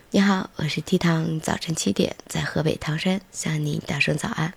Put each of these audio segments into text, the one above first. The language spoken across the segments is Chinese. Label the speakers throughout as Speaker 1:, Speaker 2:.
Speaker 1: 你好，我是T 糖，早晨7点在河北唐山向你道声早安。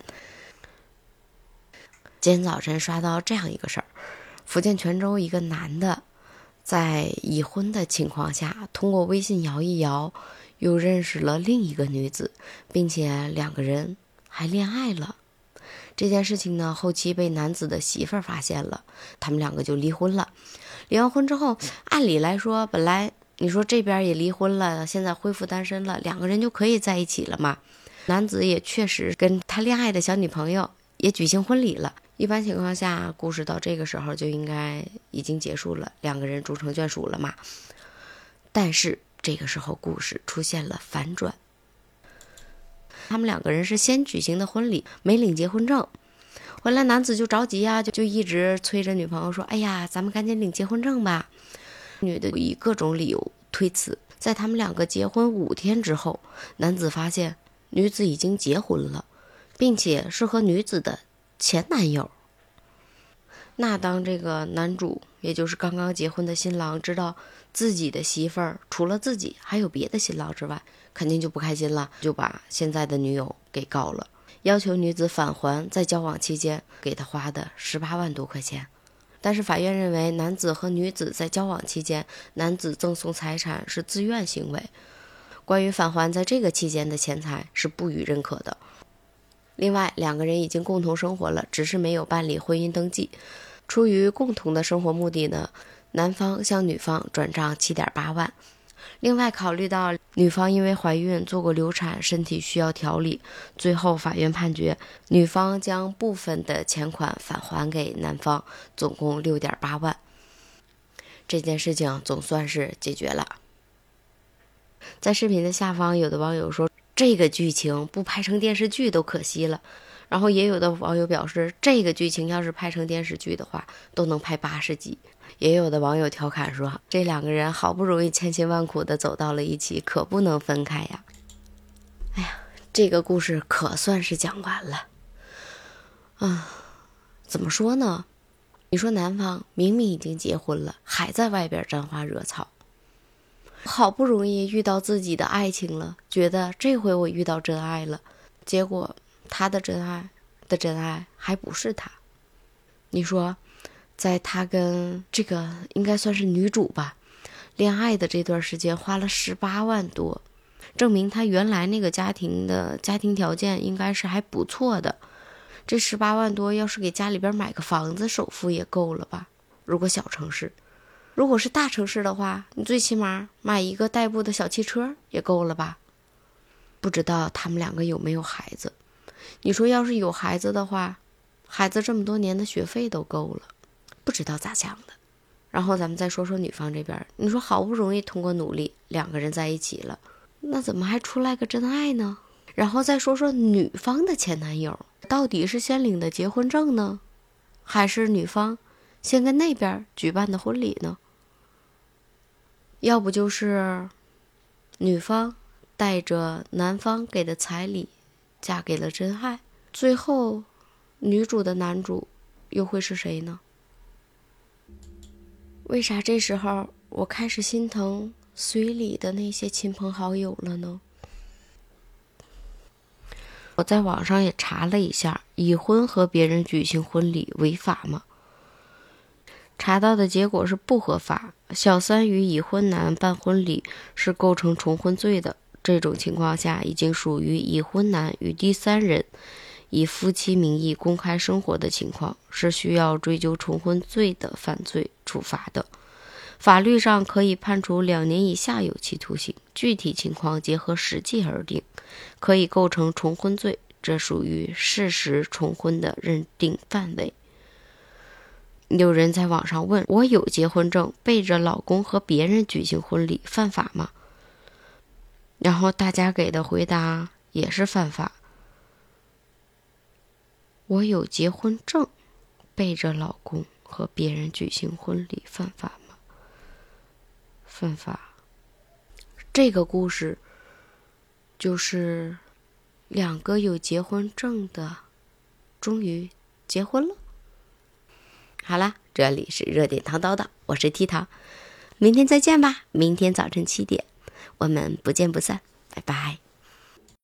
Speaker 1: 今天早晨刷到这样一个事儿，福建泉州一个男的在已婚的情况下，通过微信摇一摇，又认识了另一个女子，并且两个人还恋爱了。这件事情呢，后期被男子的媳妇儿发现了，他们两个就离婚了。离完婚之后，按理来说，本来你说这边也离婚了，现在恢复单身了，两个人就可以在一起了嘛。男子也确实跟他恋爱的小女朋友也举行婚礼了。一般情况下，故事到这个时候就应该已经结束了，两个人终成眷属了嘛。但是这个时候故事出现了反转。他们两个人是先举行的婚礼，没领结婚证。回来男子就着急啊，就一直催着女朋友说：“哎呀，咱们赶紧领结婚证吧。”女的以各种理由推辞。在他们两个结婚5天之后，男子发现女子已经结婚了，并且是和女子的前男友。那当这个男主，也就是刚刚结婚的新郎，知道自己的媳妇儿除了自己还有别的新郎之外，肯定就不开心了，就把现在的女友给告了，要求女子返还在交往期间给他花的18万多块钱。但是法院认为，男子和女子在交往期间，男子赠送财产是自愿行为，关于返还在这个期间的钱财是不予认可的。另外，两个人已经共同生活了，只是没有办理婚姻登记。出于共同的生活目的呢，男方向女方转账7.8万。另外，考虑到女方因为怀孕做过流产，身体需要调理，最后法院判决女方将部分的钱款返还给男方，总共6.8万。这件事情总算是解决了。在视频的下方，有的网友说这个剧情不拍成电视剧都可惜了，然后也有的网友表示，这个剧情要是拍成电视剧的话，都能拍80集。也有的网友调侃说，这两个人好不容易千辛万苦的走到了一起，可不能分开呀。哎呀，这个故事可算是讲完了。怎么说呢？你说男方明明已经结婚了，还在外边沾花惹草，好不容易遇到自己的爱情了，觉得这回我遇到真爱了，结果他的真爱还不是他。你说，在他跟这个应该算是女主吧，恋爱的这段时间花了18万多，证明他原来那个家庭的家庭条件应该是还不错的。这18万多要是给家里边买个房子首付也够了吧，如果小城市。如果是大城市的话，你最起码买一个代步的小汽车也够了吧。不知道他们两个有没有孩子。你说要是有孩子的话，孩子这么多年的学费都够了，不知道咋想的。然后咱们再说说女方这边，你说好不容易通过努力两个人在一起了，那怎么还出来个真爱呢？然后再说说女方的前男友，到底是先领的结婚证呢，还是女方先跟那边举办的婚礼呢？要不就是女方带着男方给的彩礼嫁给了真爱，最后女主的男主又会是谁呢？为啥这时候我开始心疼随礼的那些亲朋好友了呢？我在网上也查了一下，已婚和别人举行婚礼违法吗？查到的结果是不合法，小三与已婚男办婚礼是构成重婚罪的。这种情况下，已经属于已婚男与第三人以夫妻名义公开生活的情况，是需要追究重婚罪的犯罪处罚的。法律上可以判处2年以下有期徒刑，具体情况结合实际而定，可以构成重婚罪，这属于事实重婚的认定范围。有人在网上问，我有结婚证，背着老公和别人举行婚礼犯法吗？然后大家给的回答也是犯法。我有结婚证，背着老公和别人举行婚礼犯法吗？犯法。这个故事就是2个有结婚证的终于结婚了。好啦，这里是热点糖叨叨，我是 T 糖，明天再见吧。明天早晨7点， 我们不见不散，拜拜。